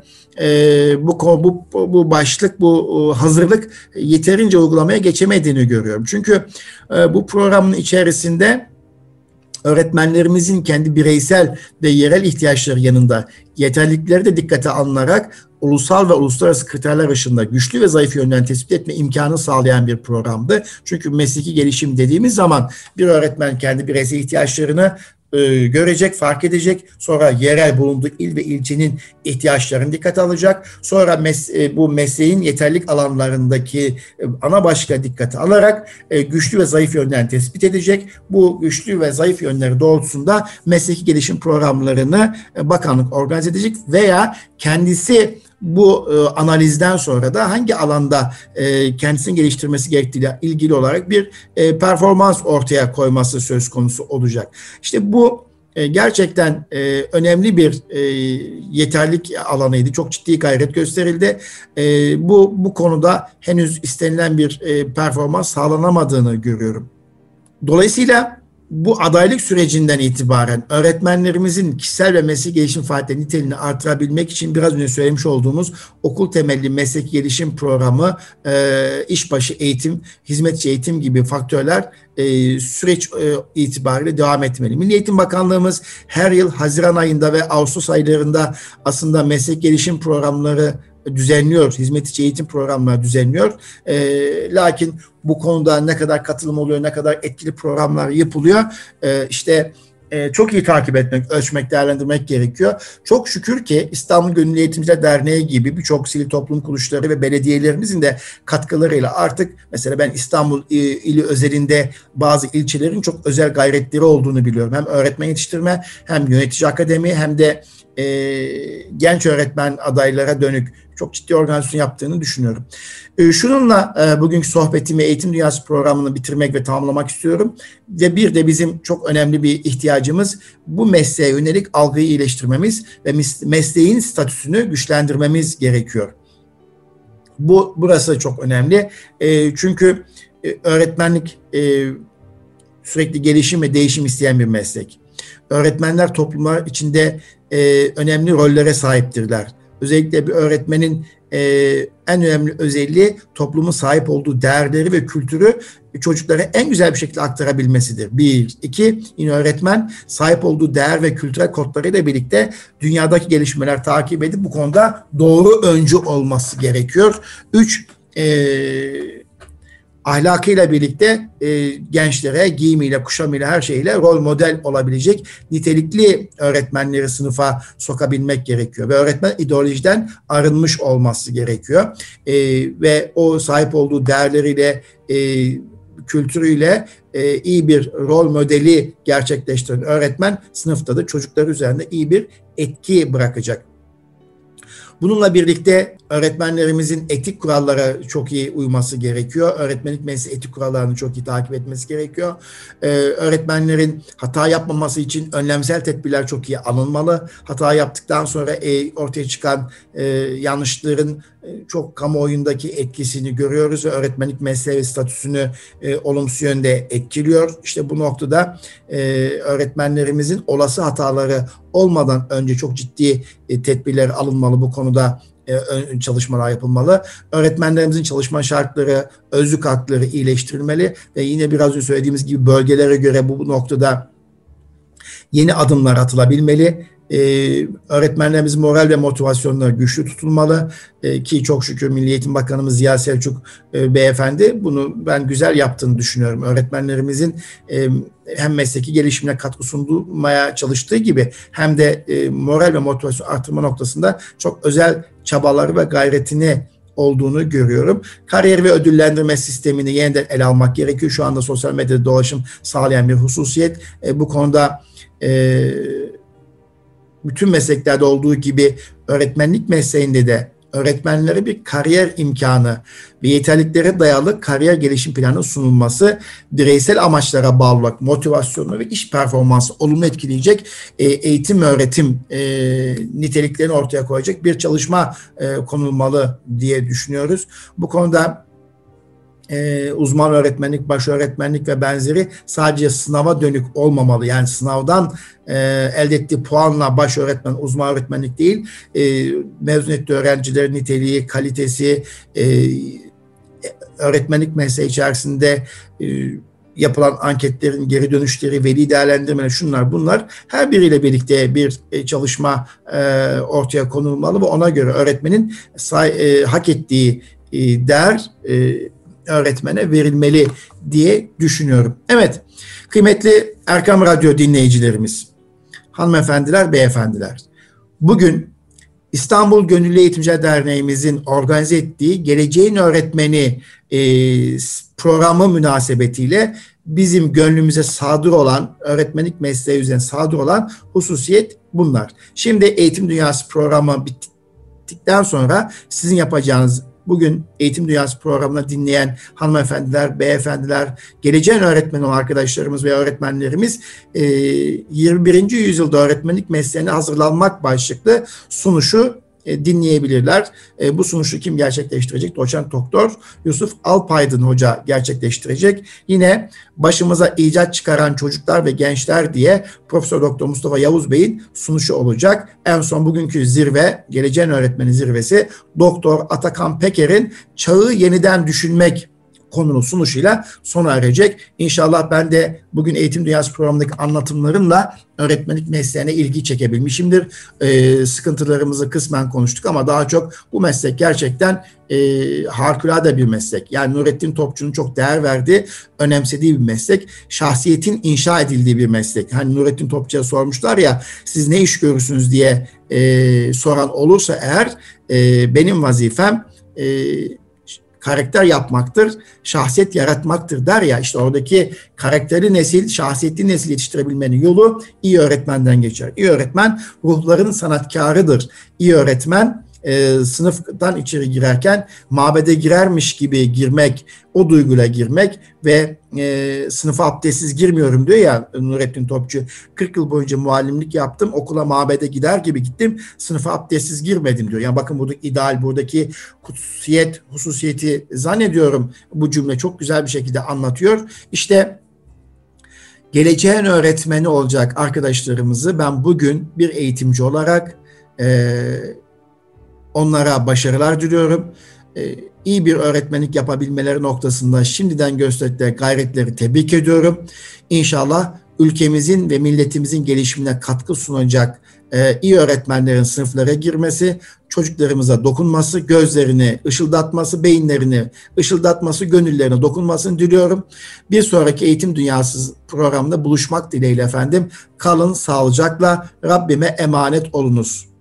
Ee, bu, bu bu başlık, bu hazırlık yeterince uygulamaya geçemediğini görüyorum. Çünkü e, bu programın içerisinde öğretmenlerimizin kendi bireysel ve yerel ihtiyaçları yanında yeterlilikleri de dikkate alınarak ulusal ve uluslararası kriterler ışığında güçlü ve zayıf yönlerini tespit etme imkanı sağlayan bir programdı. Çünkü mesleki gelişim dediğimiz zaman bir öğretmen kendi bireysel ihtiyaçlarını e, görecek, fark edecek. Sonra yerel bulunduğu il ve ilçenin ihtiyaçlarını dikkate alacak. Sonra mes e, bu mesleğin yeterlilik alanlarındaki e, ana başlıkları dikkate alarak e, güçlü ve zayıf yönlerini tespit edecek. Bu güçlü ve zayıf yönleri doğrultusunda mesleki gelişim programlarını e, bakanlık organize edecek veya kendisi bu e, analizden sonra da hangi alanda e, kendisini geliştirmesi gerektiğiyle ilgili olarak bir e, performans ortaya koyması söz konusu olacak. İşte bu e, gerçekten e, önemli bir e, yeterlilik alanıydı. Çok ciddi gayret gösterildi. E, bu bu konuda henüz istenilen bir e, performans sağlanamadığını görüyorum. Dolayısıyla bu adaylık sürecinden itibaren öğretmenlerimizin kişisel ve mesleki gelişim faaliyetleri niteliğini artırabilmek için biraz önce söylemiş olduğumuz okul temelli mesleki gelişim programı, e, işbaşı eğitim, hizmetçi eğitim gibi faktörler e, süreç e, itibariyle devam etmeli. Milli Eğitim Bakanlığımız her yıl Haziran ayında ve Ağustos aylarında aslında meslek gelişim programları düzenliyor, hizmetçi eğitim programları düzenliyor. E, lakin bu konuda ne kadar katılım oluyor, ne kadar etkili programlar yapılıyor, e, işte e, çok iyi takip etmek, ölçmek, değerlendirmek gerekiyor. Çok şükür ki İstanbul Gönüllü Eğitimciler Derneği gibi birçok sivil toplum kuruluşları ve belediyelerimizin de katkılarıyla artık mesela ben İstanbul ili özelinde bazı ilçelerin çok özel gayretleri olduğunu biliyorum. Hem öğretmen yetiştirme, hem yönetici akademi, hem de e, genç öğretmen adaylara dönük çok ciddi organizasyon yaptığını düşünüyorum. E, şununla e, bugünkü sohbetimi Eğitim Dünyası programını bitirmek ve tamamlamak istiyorum. Ve bir de bizim çok önemli bir ihtiyacımız bu mesleğe yönelik algıyı iyileştirmemiz ve mesleğin statüsünü güçlendirmemiz gerekiyor. Bu burası çok önemli. E, çünkü e, öğretmenlik e, sürekli gelişim ve değişim isteyen bir meslek. Öğretmenler toplumlar içinde e, önemli rollere sahiptirler. Özellikle bir öğretmenin e, en önemli özelliği toplumun sahip olduğu değerleri ve kültürü çocuklara en güzel bir şekilde aktarabilmesidir. Bir. İki, yine öğretmen sahip olduğu değer ve kültürel kodlarıyla birlikte dünyadaki gelişmeler takip edip bu konuda doğru öncü olması gerekiyor. Üç, e, ahlakıyla birlikte e, gençlere giyimiyle, kuşamıyla, her şeyle rol model olabilecek nitelikli öğretmenleri sınıfa sokabilmek gerekiyor. Ve öğretmen ideolojiden arınmış olması gerekiyor. E, ve o sahip olduğu değerleriyle, e, kültürüyle e, iyi bir rol modeli gerçekleştiren öğretmen sınıfta da çocuklar üzerinde iyi bir etki bırakacak. Bununla birlikte öğretmenlerimizin etik kurallara çok iyi uyması gerekiyor. Öğretmenlik mesleği etik kurallarını çok iyi takip etmesi gerekiyor. Ee, öğretmenlerin hata yapmaması için önlemsel tedbirler çok iyi alınmalı. Hata yaptıktan sonra e, ortaya çıkan e, yanlışların e, çok kamuoyundaki etkisini görüyoruz ve öğretmenlik mesleği ve statüsünü e, olumsuz yönde etkiliyor. İşte bu noktada e, öğretmenlerimizin olası hataları olmadan önce çok ciddi e, tedbirler alınmalı. Bu konuda e, çalışmalar yapılmalı. Öğretmenlerimizin çalışma şartları, özlük hakları iyileştirilmeli ve yine biraz önce söylediğimiz gibi bölgelere göre bu, bu noktada yeni adımlar atılabilmeli. Ee, öğretmenlerimizin moral ve motivasyonları güçlü tutulmalı ee, ki çok şükür Milli Eğitim Bakanımız Ziya Selçuk e, beyefendi bunu ben güzel yaptığını düşünüyorum. Öğretmenlerimizin e, hem mesleki gelişimine katkı sunmaya çalıştığı gibi hem de e, moral ve motivasyon artırma noktasında çok özel çabaları ve gayretini olduğunu görüyorum. Kariyer ve ödüllendirme sistemini yeniden ele almak gerekiyor. Şu anda sosyal medyada dolaşım sağlayan bir hususiyet. E, bu konuda e, bütün mesleklerde olduğu gibi öğretmenlik mesleğinde de öğretmenlere bir kariyer imkanı ve yeterliliklere dayalı kariyer gelişim planı sunulması, bireysel amaçlara bağlı olarak motivasyonu ve iş performansı olumlu etkileyecek e, eğitim ve öğretim e, niteliklerini ortaya koyacak bir çalışma e, konulmalı diye düşünüyoruz. Bu konuda Ee, uzman öğretmenlik, baş öğretmenlik ve benzeri sadece sınava dönük olmamalı. Yani sınavdan e, elde ettiği puanla baş öğretmen, uzman öğretmenlik değil, e, mezun ettiği öğrencilerin niteliği, kalitesi, e, öğretmenlik mesleği içerisinde e, yapılan anketlerin geri dönüşleri, veli değerlendirmeleri, şunlar bunlar her biriyle birlikte bir e, çalışma e, ortaya konulmalı ve ona göre öğretmenin say, e, hak ettiği e, değer e, öğretmene verilmeli diye düşünüyorum. Evet, kıymetli Erkam Radyo dinleyicilerimiz, hanımefendiler, beyefendiler. Bugün İstanbul Gönüllü Eğitimciler Derneğimizin organize ettiği Geleceğin Öğretmeni e, programı münasebetiyle bizim gönlümüze sadır olan, öğretmenlik mesleği üzerine sadır olan hususiyet bunlar. Şimdi Eğitim Dünyası programı bittikten sonra sizin yapacağınız, bugün Eğitim Dünyası programını dinleyen hanımefendiler, beyefendiler, geleceğin öğretmeni olan arkadaşlarımız ve öğretmenlerimiz yirmi birinci yüzyılda öğretmenlik mesleğine hazırlanmak başlıklı sunuşu dinleyebilirler. Bu sunuşu kim gerçekleştirecek? Doçent Doktor Yusuf Alpaydın Hoca gerçekleştirecek. Yine başımıza icat çıkaran çocuklar ve gençler diye Profesör Doktor Mustafa Yavuz Bey'in sunuşu olacak. En son bugünkü zirve, geleceğin öğretmeni zirvesi Doktor Atakan Peker'in Çağı Yeniden Düşünmek konunun sunuşuyla sona erecek. İnşallah ben de bugün Eğitim Dünyası programındaki anlatımlarımla öğretmenlik mesleğine ilgi çekebilmişimdir. Ee, sıkıntılarımızı kısmen konuştuk ama daha çok bu meslek gerçekten e, harikulade bir meslek. Yani Nurettin Topçu'nun çok değer verdiği, önemsediği bir meslek. Şahsiyetin inşa edildiği bir meslek. Hani Nurettin Topçu'ya sormuşlar ya, siz ne iş görürsünüz diye e, soran olursa eğer, e, benim vazifem e, karakter yapmaktır, şahsiyet yaratmaktır der ya, işte oradaki karakteri nesil, şahsiyetli nesil yetiştirebilmenin yolu iyi öğretmenden geçer. İyi öğretmen ruhların sanatkarıdır. İyi öğretmen e, sınıftan içeri girerken mabede girermiş gibi girmek, o duyguyla girmek ve e, sınıfa abdestsiz girmiyorum diyor ya Nurettin Topçu. kırk yıl boyunca muallimlik yaptım, okula mabede gider gibi gittim, sınıfa abdestsiz girmedim diyor. Yani bakın buradaki ideal, buradaki kutsiyet, hususiyeti zannediyorum bu cümle çok güzel bir şekilde anlatıyor. İşte geleceğin öğretmeni olacak arkadaşlarımızı ben bugün bir eğitimci olarak e, onlara başarılar diliyorum. Ee, iyi bir öğretmenlik yapabilmeleri noktasında şimdiden gösterdikleri gayretleri tebrik ediyorum. İnşallah ülkemizin ve milletimizin gelişimine katkı sunacak e, iyi öğretmenlerin sınıflara girmesi, çocuklarımıza dokunması, gözlerini ışıldatması, beyinlerini ışıldatması, gönüllerine dokunmasını diliyorum. Bir sonraki Eğitim Dünyası programında buluşmak dileğiyle efendim. Kalın sağlıcakla, Rabbime emanet olunuz.